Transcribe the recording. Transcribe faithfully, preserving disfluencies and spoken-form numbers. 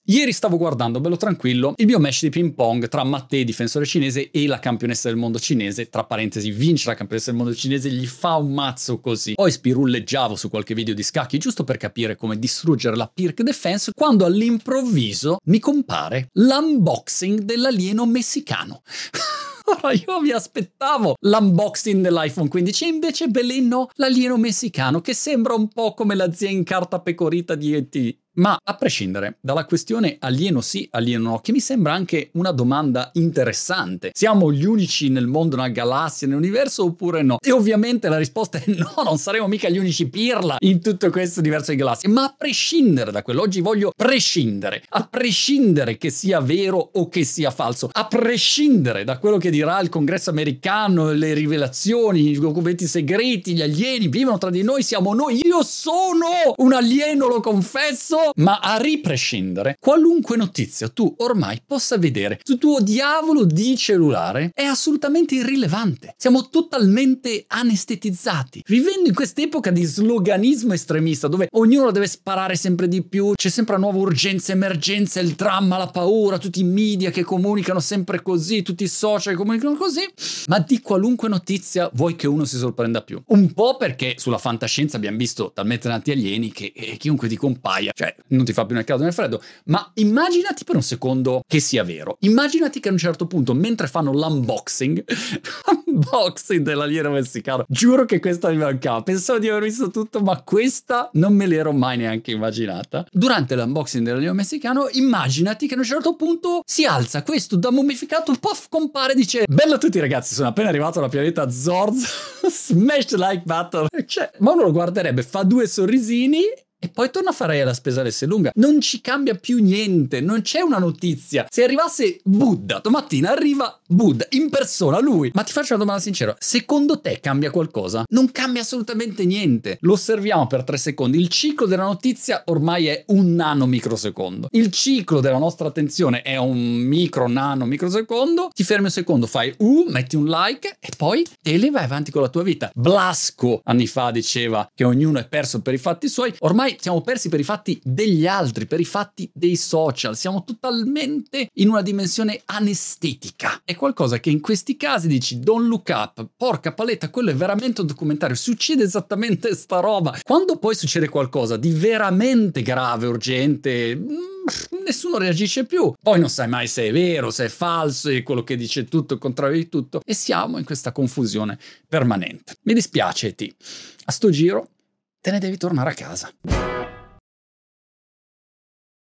Ieri stavo guardando, bello tranquillo, il mio match di ping pong tra Mattei, difensore cinese, e la campionessa del mondo cinese, tra parentesi, vince la campionessa del mondo cinese, gli fa un mazzo così. Poi spirulleggiavo su qualche video di scacchi giusto per capire come distruggere la Pirc Defense, quando all'improvviso mi compare l'unboxing dell'alieno messicano. Ora io mi aspettavo l'unboxing dell'iPhone quindici e invece belin no, l'alieno messicano, che sembra un po' come la zia in carta pecorita di E T. Ma a prescindere dalla questione alieno sì, alieno no, che mi sembra anche una domanda interessante. Siamo gli unici nel mondo, nella galassia, nell'universo oppure no? E ovviamente la risposta è no, non saremo mica gli unici pirla in tutto questo universo di galassie. Ma a prescindere da quello, oggi voglio prescindere, a prescindere che sia vero o che sia falso, a prescindere da quello che dirà il Congresso americano, le rivelazioni, i documenti segreti, gli alieni vivono tra di noi, siamo noi, io sono un alieno, lo confesso. Ma a riprescindere, qualunque notizia tu ormai possa vedere sul tuo diavolo di cellulare è assolutamente irrilevante. Siamo totalmente anestetizzati, vivendo in quest'epoca di sloganismo estremista, dove ognuno deve sparare sempre di più, c'è sempre una nuova urgenza, emergenza, il dramma, la paura, tutti i media che comunicano sempre così, tutti i social che comunicano così. Ma di qualunque notizia vuoi che uno si sorprenda più? Un po' perché sulla fantascienza abbiamo visto talmente tanti alieni che eh, chiunque ti compaia, cioè non ti fa più né caldo né freddo. Ma immaginati per un secondo che sia vero. Immaginati che a un certo punto, mentre fanno l'unboxing unboxing dell'alieno messicano, giuro che questa mi mancava, pensavo di aver visto tutto, ma questa non me l'ero mai neanche immaginata. Durante l'unboxing dell'alieno messicano, immaginati che a un certo punto si alza questo da mummificato, puff, compare, dice: bello a tutti ragazzi, sono appena arrivato alla pianeta Zorz, smash the like button. Cioè, ma uno lo guarderebbe, fa due sorrisini e poi torna a fare la spesa lunga. Non ci cambia più niente, non c'è una notizia. Se arrivasse Buddha, domattina arriva Buddha in persona, lui. Ma ti faccio una domanda sincera, secondo te cambia qualcosa? Non cambia assolutamente niente. Lo osserviamo per tre secondi. Il ciclo della notizia ormai è un nano microsecondo. Il ciclo della nostra attenzione è un micro nano microsecondo. Ti fermi un secondo, fai uh, metti un like e poi te le vai avanti con la tua vita. Blasco anni fa diceva che ognuno è perso per i fatti suoi. Ormai siamo persi per i fatti degli altri, per i fatti dei social. Siamo totalmente in una dimensione anestetica. È qualcosa che in questi casi dici don't look up, porca paletta, quello è veramente un documentario, succede esattamente sta roba. Quando poi succede qualcosa di veramente grave, urgente, nessuno reagisce più. Poi non sai mai se è vero, se è falso, è quello che dice tutto, il contrario di tutto, e siamo in questa confusione permanente. Mi dispiace, E T. A sto giro te ne devi tornare a casa.